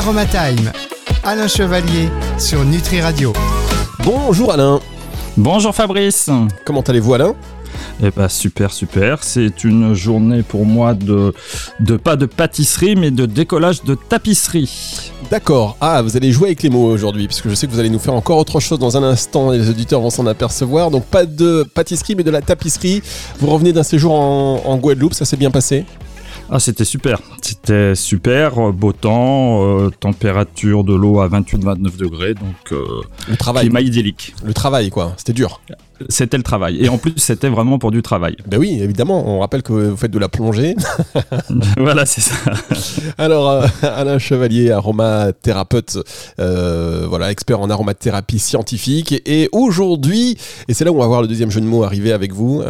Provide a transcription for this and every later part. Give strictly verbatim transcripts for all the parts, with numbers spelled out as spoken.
Aromatime, Alain Chevalier sur Nutri Radio. Bonjour Alain. Bonjour Fabrice. Comment allez-vous Alain ? Eh ben super super, c'est une journée pour moi de, de pas de pâtisserie mais de décollage de tapisserie. D'accord, ah vous allez jouer avec les mots aujourd'hui parce que je sais que vous allez nous faire encore autre chose dans un instant et les auditeurs vont s'en apercevoir. Donc pas de pâtisserie mais de la tapisserie. Vous revenez d'un séjour en, en Guadeloupe, ça s'est bien passé ? Ah c'était super, c'était super, beau temps, euh, température de l'eau à vingt-huit à vingt-neuf degrés, donc euh, le travail, climat idyllique. Le travail quoi, c'était dur. C'était le travail, et en plus c'était vraiment pour du travail. Ben oui, évidemment, on rappelle que vous faites de la plongée. Voilà, c'est ça. Alors euh, Alain Chevalier, aromathérapeute, euh, voilà, expert en aromathérapie scientifique, et, et aujourd'hui, et c'est là où on va voir le deuxième jeu de mots arriver avec vous,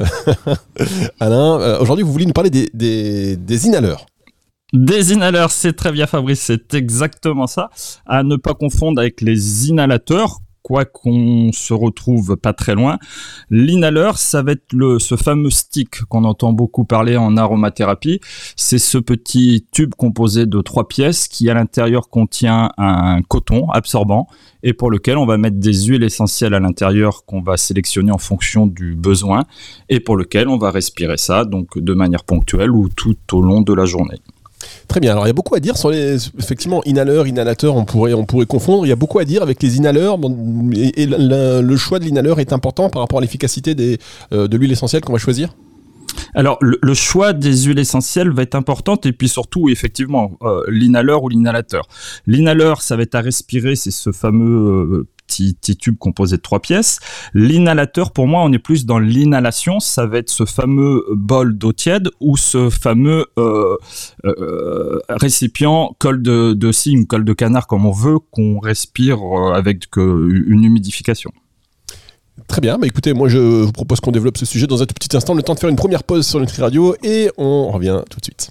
Alain, euh, aujourd'hui vous voulez nous parler des, des, des inhaleurs. Des inhaleurs, c'est très bien Fabrice, c'est exactement ça. À ne pas confondre avec les inhalateurs, quoi qu'on se retrouve pas très loin. L'inhaleur, ça va être le, ce fameux stick qu'on entend beaucoup parler en aromathérapie. C'est ce petit tube composé de trois pièces qui à l'intérieur contient un coton absorbant et pour lequel on va mettre des huiles essentielles à l'intérieur qu'on va sélectionner en fonction du besoin et pour lequel on va respirer ça donc de manière ponctuelle ou tout au long de la journée. Très bien, alors il y a beaucoup à dire sur les, effectivement, inhaleurs, inhalateurs, on pourrait, on pourrait confondre, il y a beaucoup à dire avec les inhaleurs, bon, et, et le, le choix de l'inhaleur est important par rapport à l'efficacité des, euh, de l'huile essentielle qu'on va choisir ? Alors, le, le choix des huiles essentielles va être important et puis surtout, effectivement, euh, l'inhaleur ou l'inhalateur. L'inhaleur, ça va être à respirer, c'est ce fameux euh, petit, petit tube composé de trois pièces. L'inhalateur, pour moi, on est plus dans l'inhalation, ça va être ce fameux bol d'eau tiède ou ce fameux euh, euh, récipient colle de, de cygne, colle de canard, comme on veut, qu'on respire avec euh, une humidification. Très bien, bah écoutez, moi je vous propose qu'on développe ce sujet dans un tout petit instant, le temps de faire une première pause sur Nutri Radio et on revient tout de suite.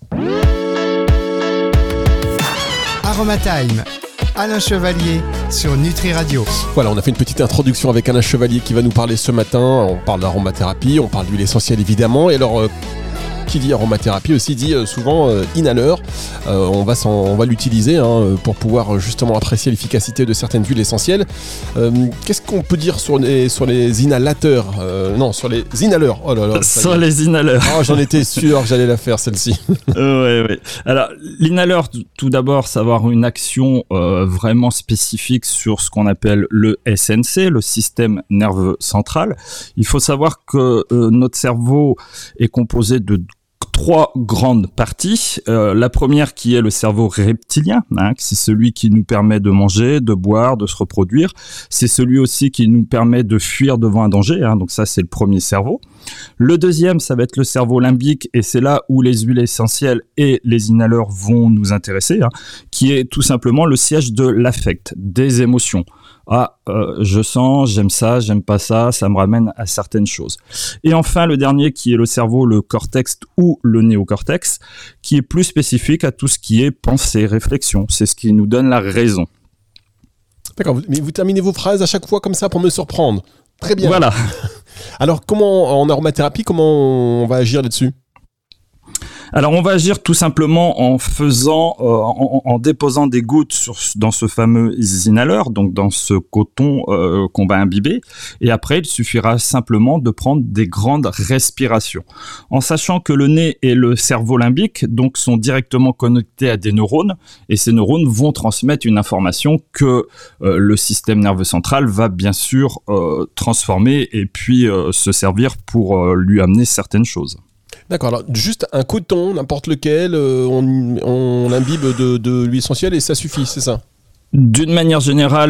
Aromatime, Alain Chevalier sur Nutri Radio. Voilà, on a fait une petite introduction avec Alain Chevalier qui va nous parler ce matin. On parle d'aromathérapie, on parle d'huile essentielle évidemment. Et alors, euh, qui dit aromathérapie aussi dit euh, souvent euh, inhaleur. Euh, on va s'en, on va l'utiliser hein, pour pouvoir justement apprécier l'efficacité de certaines huiles essentielles. Euh, qu'est-ce qu'on peut dire sur les, sur les inhalateurs euh, Non, sur les inhaleurs. Oh là là. Sur les inhaleurs. Oh, j'en étais sûr que j'allais la faire celle-ci. euh, ouais, ouais. Alors, l'inhaleur, tout d'abord, ça va avoir une action euh, vraiment spécifique sur ce qu'on appelle le S N C, le système nerveux central. Il faut savoir que euh, notre cerveau est composé de trois grandes parties. Euh, la première qui est le cerveau reptilien, hein, c'est celui qui nous permet de manger, de boire, de se reproduire. C'est celui aussi qui nous permet de fuir devant un danger, hein, donc ça c'est le premier cerveau. Le deuxième, ça va être le cerveau limbique et c'est là où les huiles essentielles et les inhaleurs vont nous intéresser, hein, qui est tout simplement le siège de l'affect, des émotions. Ah, euh, je sens, j'aime ça, j'aime pas ça, ça me ramène à certaines choses. Et enfin, le dernier qui est le cerveau, le cortex ou le néocortex, qui est plus spécifique à tout ce qui est pensée, réflexion. C'est ce qui nous donne la raison. D'accord, mais vous terminez vos phrases à chaque fois comme ça pour me surprendre. Très bien. Voilà. Alors, comment, en aromathérapie, comment on va agir là-dessus ? Alors on va agir tout simplement en faisant, euh, en, en déposant des gouttes sur, dans ce fameux inhaleur, donc dans ce coton euh, qu'on va imbiber, et après il suffira simplement de prendre des grandes respirations, en sachant que le nez et le cerveau limbique donc sont directement connectés à des neurones, et ces neurones vont transmettre une information que euh, le système nerveux central va bien sûr euh, transformer et puis euh, se servir pour euh, lui amener certaines choses. D'accord, alors juste un coton, n'importe lequel, euh, on, on imbibe de, de l'huile essentielle et ça suffit, c'est ça ? D'une manière générale,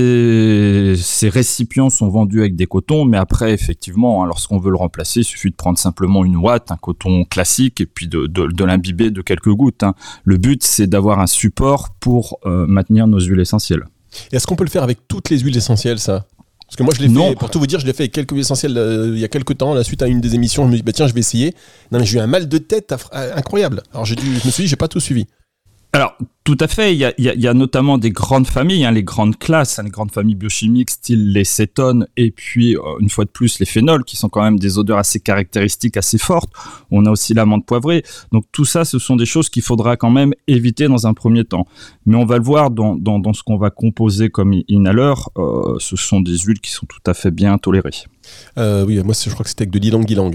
ces, ces récipients sont vendus avec des cotons, mais après, effectivement, hein, lorsqu'on veut le remplacer, il suffit de prendre simplement une ouate, un coton classique, et puis de, de, de l'imbiber de quelques gouttes. Hein. Le but, c'est d'avoir un support pour euh, maintenir nos huiles essentielles. Et est-ce qu'on peut le faire avec toutes les huiles essentielles, ça ? Parce que moi, je l'ai non. fait, pour tout vous dire, je l'ai fait avec quelques huiles essentielles euh, il y a quelques temps, la suite à une des émissions, je me dis, bah tiens, je vais essayer. Non, mais j'ai eu un mal de tête aff- incroyable. Alors, j'ai dû, je me suis dit, j'ai pas tout suivi. Alors, tout à fait. Il y a, il y a, il y a notamment des grandes familles, hein, les grandes classes, hein, les grandes familles biochimiques, style les cétones, et puis, euh, une fois de plus, les phénols, qui sont quand même des odeurs assez caractéristiques, assez fortes. On a aussi la menthe poivrée. Donc, tout ça, ce sont des choses qu'il faudra quand même éviter dans un premier temps. Mais on va le voir dans, dans, dans ce qu'on va composer comme inhaler. Euh, ce sont des huiles qui sont tout à fait bien tolérées. Euh, oui, moi, je crois que c'était avec de l'ilang-ilang.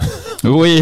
Oui,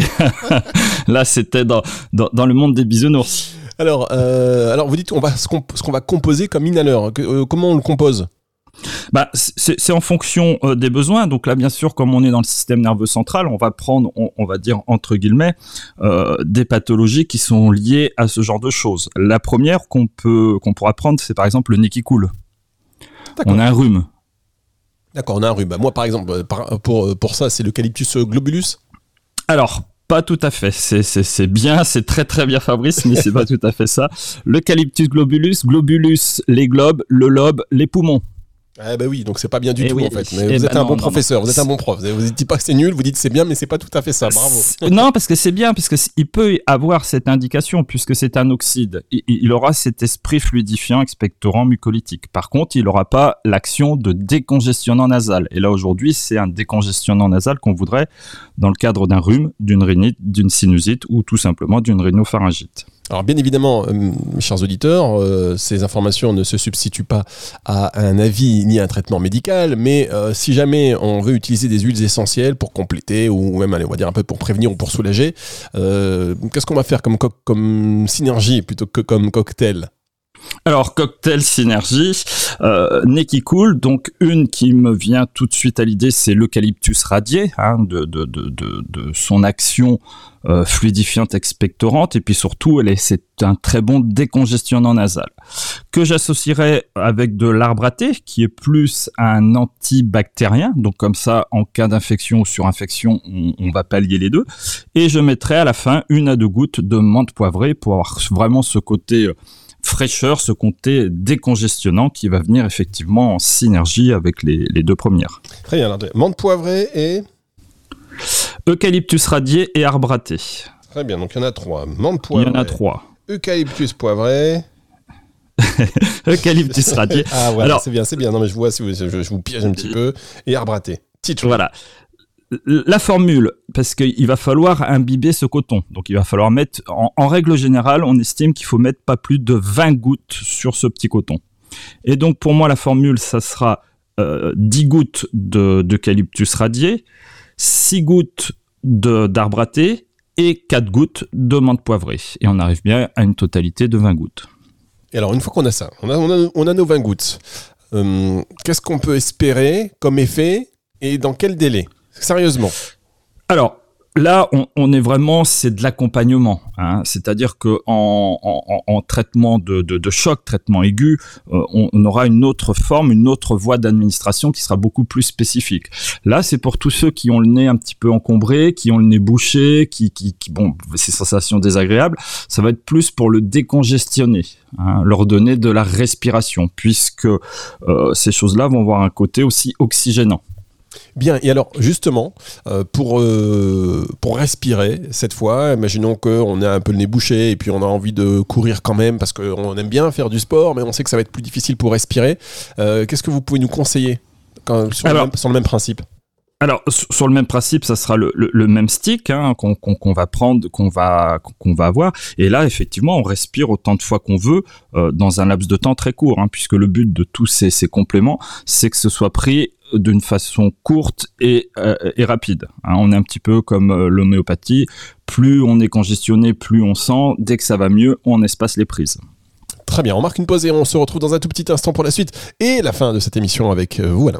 là, c'était dans, dans, dans le monde des bisounours. Alors, euh, alors, vous dites on va, ce, qu'on, ce qu'on va composer comme inhaler. Que, euh, comment on le compose ? Bah, c'est, c'est en fonction euh, des besoins. Donc là, bien sûr, comme on est dans le système nerveux central, on va prendre, on, on va dire entre guillemets, euh, des pathologies qui sont liées à ce genre de choses. La première qu'on peut, qu'on pourra prendre, c'est par exemple le nez qui coule. D'accord. On a un rhume. D'accord, on a un rhume. Moi, par exemple, pour, pour ça, c'est l'eucalyptus globulus ? Alors, pas tout à fait. C'est, c'est, c'est bien, c'est très très bien Fabrice, mais c'est pas tout à fait ça. L'eucalyptus globulus, globulus, les globes, le lobe, les poumons. Ah bah oui, donc c'est pas bien du et tout oui, en fait. Mais vous bah êtes un non, bon non, professeur, non. vous êtes un bon prof. Vous ne dites pas que c'est nul, vous dites c'est bien, mais c'est pas tout à fait ça. Bravo. Non, parce que c'est bien, parce que il peut avoir cette indication puisque c'est un oxyde. Il, il aura cet esprit fluidifiant, expectorant, mucolytique. Par contre, il n'aura pas l'action de décongestionnant nasal. Et là aujourd'hui, c'est un décongestionnant nasal qu'on voudrait dans le cadre d'un rhume, d'une rhinite, d'une sinusite ou tout simplement d'une rhinopharyngite. Alors bien évidemment, euh, mes chers auditeurs, euh, ces informations ne se substituent pas à un avis ni à un traitement médical, mais euh, si jamais on veut utiliser des huiles essentielles pour compléter ou même, allez, on va dire un peu pour prévenir ou pour soulager, euh, qu'est-ce qu'on va faire comme, co- comme synergie plutôt que comme cocktail ? Alors, cocktail synergie, euh, nez qui coule, donc une qui me vient tout de suite à l'idée, c'est l'eucalyptus radié, hein, de, de, de, de, de son action euh, fluidifiante expectorante, et puis surtout, elle est, c'est un très bon décongestionnant nasal, que j'associerais avec de l'arbre à thé, qui est plus un antibactérien, donc comme ça, en cas d'infection ou surinfection, on, on va pallier les deux, et je mettrai à la fin une à deux gouttes de menthe poivrée pour avoir vraiment ce côté euh, fraîcheur, ce côté décongestionnant qui va venir effectivement en synergie avec les, les deux premières. Très bien, alors, menthe poivrée et... Eucalyptus radié et arbre à thé. Très bien, donc il y en a trois. Menthe poivrée. Il y en a trois. Eucalyptus poivré. Eucalyptus radié. Ah voilà, alors, c'est bien, c'est bien. Non mais je vois, si vous, je, je vous piège un petit peu. Et arbre à thé. Titre. Voilà. La formule, parce qu'il va falloir imbiber ce coton. Donc il va falloir mettre, en, en règle générale, on estime qu'il faut mettre pas plus de vingt gouttes sur ce petit coton. Et donc pour moi, la formule, ça sera euh, dix gouttes de, d'eucalyptus radié, six gouttes de, d'arbre à thé et quatre gouttes de menthe poivrée. Et on arrive bien à une totalité de vingt gouttes. Et alors une fois qu'on a ça, on a, on a, on a nos vingt gouttes, euh, qu'est-ce qu'on peut espérer comme effet et dans quel délai ? Sérieusement. Alors, là, on, on est vraiment, c'est de l'accompagnement. Hein. C'est-à-dire qu'en en, en, en traitement de, de, de choc, traitement aigu, euh, on, on aura une autre forme, une autre voie d'administration qui sera beaucoup plus spécifique. Là, c'est pour tous ceux qui ont le nez un petit peu encombré, qui ont le nez bouché, qui, qui, qui bon, ces sensations désagréables, ça va être plus pour le décongestionner, hein, leur donner de la respiration, puisque euh, ces choses-là vont avoir un côté aussi oxygénant. Bien, et alors justement, euh, pour, euh, pour respirer, cette fois, imaginons qu'on a un peu le nez bouché et puis on a envie de courir quand même parce qu'on aime bien faire du sport, mais on sait que ça va être plus difficile pour respirer. Euh, qu'est-ce que vous pouvez nous conseiller quand, sur, alors, le même, sur le même principe ? Alors, sur le même principe, ça sera le, le, le même stick hein, qu'on, qu'on, qu'on va prendre, qu'on va, qu'on va avoir. Et là, effectivement, on respire autant de fois qu'on veut euh, dans un laps de temps très court, hein, puisque le but de tous ces, ces compléments, c'est que ce soit pris d'une façon courte et, euh, et rapide. Hein, on est un petit peu comme euh, l'homéopathie. Plus on est congestionné, plus on sent. Dès que ça va mieux, on espace les prises. Très bien, on marque une pause et on se retrouve dans un tout petit instant pour la suite et la fin de cette émission avec euh, vous, Alain.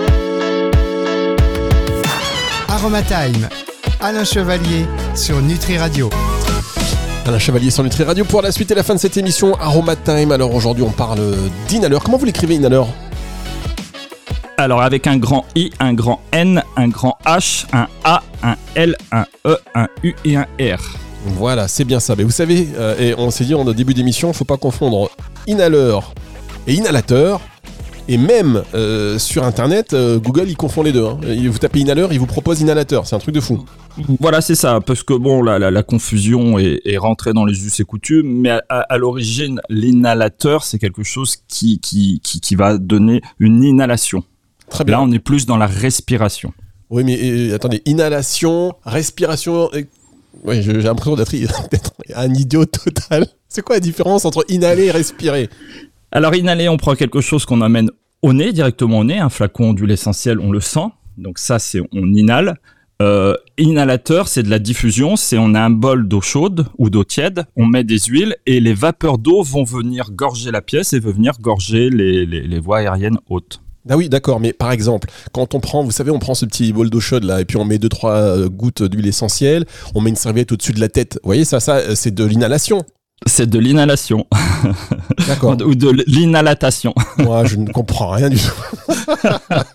Aromatime, Alain Chevalier sur Nutri Radio. Alain Chevalier sur Nutri Radio pour la suite et la fin de cette émission Aromatime. Alors aujourd'hui, on parle d'inhaler. Comment vous l'écrivez, inhaler ? Alors avec un grand I, un grand N, un grand H, un A, un L, un E, un U et un R. Voilà, c'est bien ça. Mais vous savez, euh, et on s'est dit en début d'émission, il ne faut pas confondre inhaleur et inhalateur. Et même euh, sur Internet, euh, Google, il confond les deux. Hein. Vous tapez inhaleur, il vous propose inhalateur. C'est un truc de fou. Voilà, c'est ça. Parce que bon, la, la, la confusion est, est rentrée dans les us et coutumes. Mais à, à, à l'origine, l'inhalateur, c'est quelque chose qui, qui, qui, qui va donner une inhalation. Très bien. Là, on est plus dans la respiration. Oui, mais et, attendez, inhalation, respiration... Et... Oui, j'ai l'impression d'être, d'être un idiot total. C'est quoi la différence entre inhaler et respirer ? Alors, inhaler, on prend quelque chose qu'on amène au nez, directement au nez. Un flacon d'huile essentielle, on le sent. Donc ça, c'est on inhale. Euh, inhalateur, c'est de la diffusion. C'est on a un bol d'eau chaude ou d'eau tiède. On met des huiles et les vapeurs d'eau vont venir gorger la pièce et vont venir gorger les, les, les voies aériennes hautes. Ah oui, d'accord, mais par exemple, quand on prend, vous savez, on prend ce petit bol d'eau chaude là, et puis on met deux trois gouttes d'huile essentielle, on met une serviette au-dessus de la tête. Vous voyez, ça, ça, c'est de l'inhalation. C'est de l'inhalation. D'accord. Ou de l'inhalatation. Moi, je ne comprends rien du tout.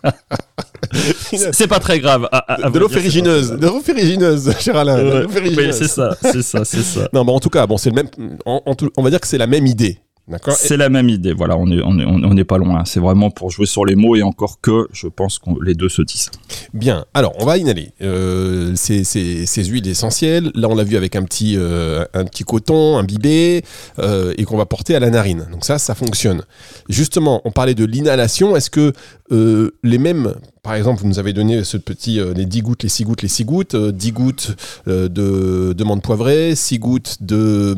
C'est pas très grave. À, à, à de l'eau ferrigineuse, de l'eau ferrigineuse, cher Alain. Ouais, oui, c'est ça, c'est ça, c'est ça. Non, mais en tout cas, bon, c'est le même. En, en tout, on va dire que c'est la même idée. D'accord. C'est la même idée, voilà, on est, on est, on est pas loin. C'est vraiment pour jouer sur les mots et encore que je pense que les deux se disent. Bien, alors on va inhaler euh, ces, ces, ces huiles essentielles. Là, on l'a vu avec un petit, euh, un petit coton imbibé euh, et qu'on va porter à la narine. Donc ça, ça fonctionne. Justement, on parlait de l'inhalation. Est-ce que euh, les mêmes, par exemple, vous nous avez donné ce petit, euh, les dix gouttes, les six gouttes, les six gouttes, euh, dix gouttes euh, de, de menthe poivrée, six gouttes de,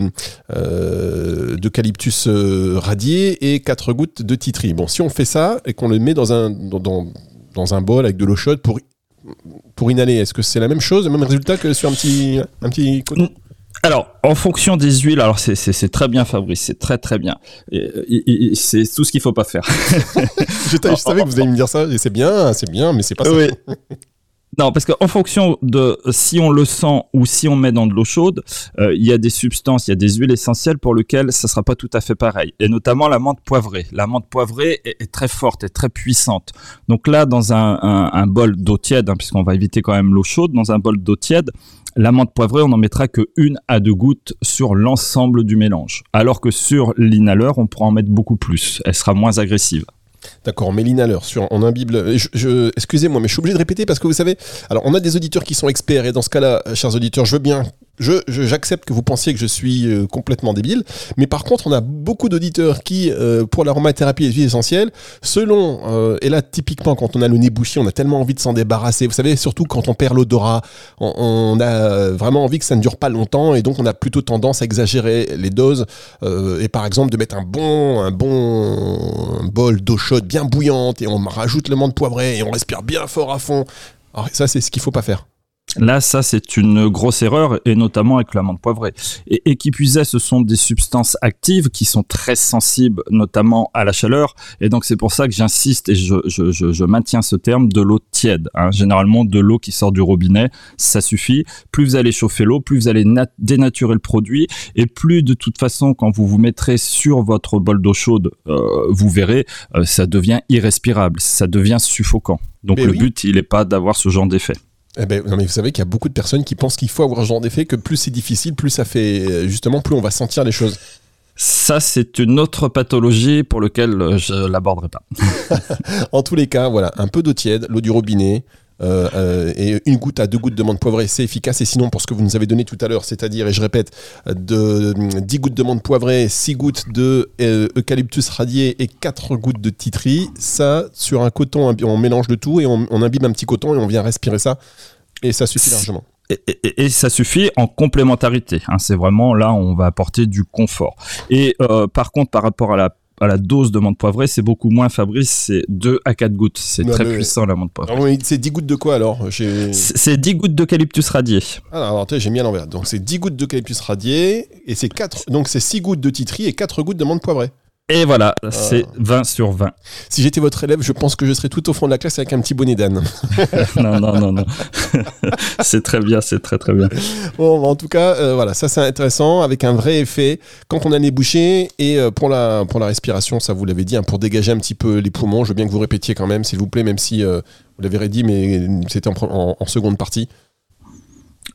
euh, d'eucalyptus euh, radié et quatre gouttes de titri. Bon, si on fait ça et qu'on les met dans un, dans, dans, dans un bol avec de l'eau chaude pour, pour inhaler, est-ce que c'est la même chose, le même résultat que sur un petit, un petit coton ? Alors, en fonction des huiles, alors c'est, c'est, c'est très bien, Fabrice, c'est très très bien. Et, et, et c'est tout ce qu'il faut pas faire. je, je savais que vous alliez me dire ça, et c'est bien, c'est bien, mais c'est pas ça. Oui. Non, parce qu'en fonction de si on le sent ou si on met dans de l'eau chaude, euh, il y a des substances, il y a des huiles essentielles pour lesquelles ça sera pas tout à fait pareil. Et notamment la menthe poivrée. La menthe poivrée est, est très forte, est très puissante. Donc là, dans un, un, un bol d'eau tiède, hein, puisqu'on va éviter quand même l'eau chaude, dans un bol d'eau tiède, la menthe poivrée, on n'en mettra que une à deux gouttes sur l'ensemble du mélange. Alors que sur l'inhaleur, on pourra en mettre beaucoup plus. Elle sera moins agressive. D'accord, on met l'inhaleur sur, on imbibe. Je, je, excusez-moi, mais je suis obligé de répéter parce que vous savez, alors on a des auditeurs qui sont experts et dans ce cas-là, chers auditeurs, je veux bien, je, je, j'accepte que vous pensiez que je suis euh, complètement débile, mais par contre, on a beaucoup d'auditeurs qui, euh, pour l'aromathérapie et les huiles essentielles, selon, euh, et là typiquement quand on a le nez bouché, on a tellement envie de s'en débarrasser. Vous savez, surtout quand on perd l'odorat, on, on a vraiment envie que ça ne dure pas longtemps et donc on a plutôt tendance à exagérer les doses euh, et par exemple de mettre un bon, un bon bol d'eau chaude bien bouillante et on rajoute le menthe poivrée et on respire bien fort à fond. Alors ça, c'est ce qu'il faut pas faire. Là, ça, c'est une grosse erreur, et notamment avec la menthe poivrée. Et, et qui plus est, ce sont des substances actives qui sont très sensibles, notamment à la chaleur. Et donc, c'est pour ça que j'insiste et je, je, je, je maintiens ce terme de l'eau tiède. Hein. Généralement, de l'eau qui sort du robinet, ça suffit. Plus vous allez chauffer l'eau, plus vous allez nat- dénaturer le produit. Et plus, de toute façon, quand vous vous mettrez sur votre bol d'eau chaude, euh, vous verrez, euh, ça devient irrespirable, ça devient suffocant. Donc, mais le oui. but, il n'est pas d'avoir ce genre d'effet. Eh ben, non mais vous savez qu'il y a beaucoup de personnes qui pensent qu'il faut avoir ce genre d'effet, que plus c'est difficile, plus ça fait, justement, plus on va sentir les choses. Ça, c'est une autre pathologie pour laquelle je l'aborderai pas. En tous les cas, voilà, un peu d'eau tiède, l'eau du robinet, euh, euh, et une goutte à deux gouttes de menthe poivrée, c'est efficace. Et sinon, pour ce que vous nous avez donné tout à l'heure, c'est-à-dire, et je répète, de dix gouttes de menthe poivrée, six gouttes de euh, eucalyptus radié et quatre gouttes de titri, ça, sur un coton, on mélange le tout et on, on imbibe un petit coton et on vient respirer ça. Et ça suffit largement. Et, et, et ça suffit en complémentarité. Hein, c'est vraiment là, on va apporter du confort. Et euh, par contre, par rapport à la à la dose de menthe poivrée, c'est beaucoup moins, Fabrice, c'est deux à quatre gouttes. C'est non, très puissant, la menthe poivrée. Alors, c'est dix gouttes de quoi, alors? J'ai... C'est, c'est dix gouttes d'eucalyptus radié. Ah, alors, attends, j'ai mis à l'envers. Donc, c'est dix gouttes d'eucalyptus radié, et c'est quatre... Donc, c'est six gouttes de titri et quatre gouttes de menthe poivrée. Et voilà, ah. c'est vingt sur vingt. Si j'étais votre élève, je pense que je serais tout au fond de la classe avec un petit bonnet d'âne. non, non, non, non. C'est très bien, c'est très, très bien. Bon, en tout cas, euh, voilà, ça c'est intéressant, avec un vrai effet quand on a les bouchées. Et euh, pour, la, pour la respiration, ça vous l'avez dit, hein, pour dégager un petit peu les poumons, je veux bien que vous répétiez quand même, s'il vous plaît, même si euh, vous l'avez dit, mais c'était en, en, en seconde partie.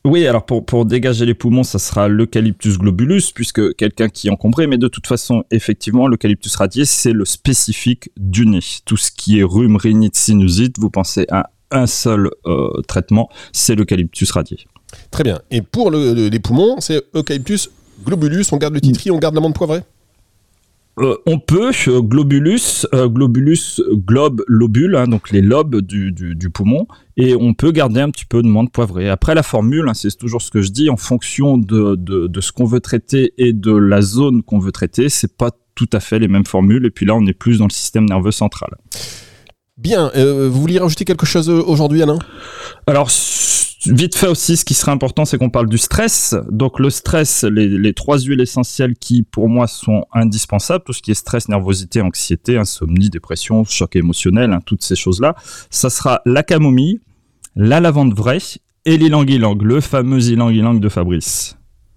Oui, alors pour, pour dégager les poumons, ça sera l'eucalyptus globulus, puisque quelqu'un qui est encombré, mais de toute façon, effectivement, l'eucalyptus radié, c'est le spécifique du nez. Tout ce qui est rhume, rhinite, sinusite, vous pensez à un seul euh, traitement, c'est l'eucalyptus radié. Très bien. Et pour le, le, les poumons, c'est eucalyptus globulus, on garde le titri, on garde l'amande poivrée? Euh, on peut, euh, globulus, euh, globulus, globe, lobule, hein, donc les lobes du, du, du poumon, et on peut garder un petit peu de menthe poivrée. Après, la formule, hein, c'est toujours ce que je dis, en fonction de, de, de ce qu'on veut traiter et de la zone qu'on veut traiter, c'est pas tout à fait les mêmes formules, et puis là, on est plus dans le système nerveux central. Bien, euh, vous vouliez rajouter quelque chose aujourd'hui, Alain? Alors, vite fait aussi, ce qui serait important, c'est qu'on parle du stress. Donc le stress, les, les trois huiles essentielles qui, pour moi, sont indispensables, tout ce qui est stress, nervosité, anxiété, insomnie, dépression, choc émotionnel, hein, toutes ces choses-là, ça sera la camomille, la lavande vraie et l'ilang-ilang, le fameux ilang-ilang de Fabrice.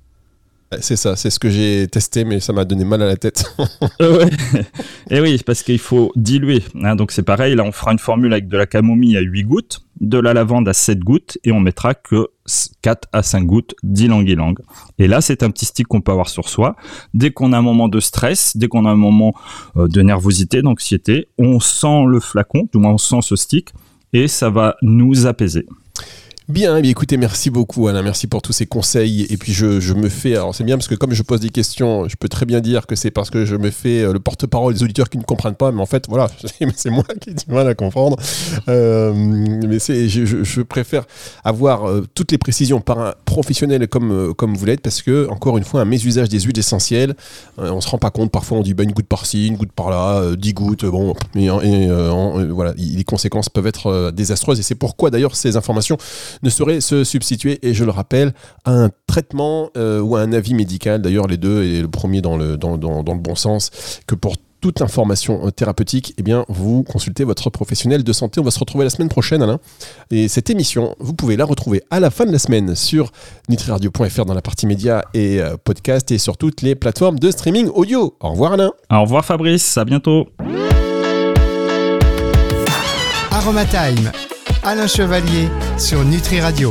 C'est ça, c'est ce que j'ai testé, mais ça m'a donné mal à la tête. euh, ouais. Et oui, parce qu'il faut diluer. Hein, donc c'est pareil, là on fera une formule avec de la camomille à huit gouttes, de la lavande à sept gouttes, et on mettra que quatre à cinq gouttes d'ilang-ilang. Et là, c'est un petit stick qu'on peut avoir sur soi. Dès qu'on a un moment de stress, dès qu'on a un moment euh, de nervosité, d'anxiété, on sent le flacon, du moins on sent ce stick, et ça va nous apaiser. Bien, eh bien, écoutez, merci beaucoup Alain, merci pour tous ces conseils. Et puis je, je me fais, alors c'est bien parce que comme je pose des questions, je peux très bien dire que c'est parce que je me fais le porte-parole des auditeurs qui ne comprennent pas, mais en fait voilà, c'est, c'est moi qui ai du mal à comprendre. Euh, mais c'est, je, je, je préfère avoir euh, toutes les précisions par un professionnel comme, euh, comme vous l'êtes, parce que encore une fois, un mésusage des huiles essentielles, euh, on se rend pas compte, parfois on dit bah, une goutte par-ci, une goutte par-là, euh, dix gouttes, bon, et, et euh, euh, voilà, les conséquences peuvent être euh, désastreuses, et c'est pourquoi d'ailleurs ces informations ne saurait se substituer, et je le rappelle, à un traitement euh, ou à un avis médical, d'ailleurs les deux, et le premier dans le, dans, dans, dans le bon sens, que pour toute information thérapeutique, eh bien, vous consultez votre professionnel de santé. On va se retrouver la semaine prochaine, Alain. Et cette émission, vous pouvez la retrouver à la fin de la semaine sur nutriradio point f r dans la partie médias et euh, podcast, et sur toutes les plateformes de streaming audio. Au revoir, Alain. Au revoir, Fabrice. À bientôt. Aromatime, Alain Chevalier sur Nutri Radio.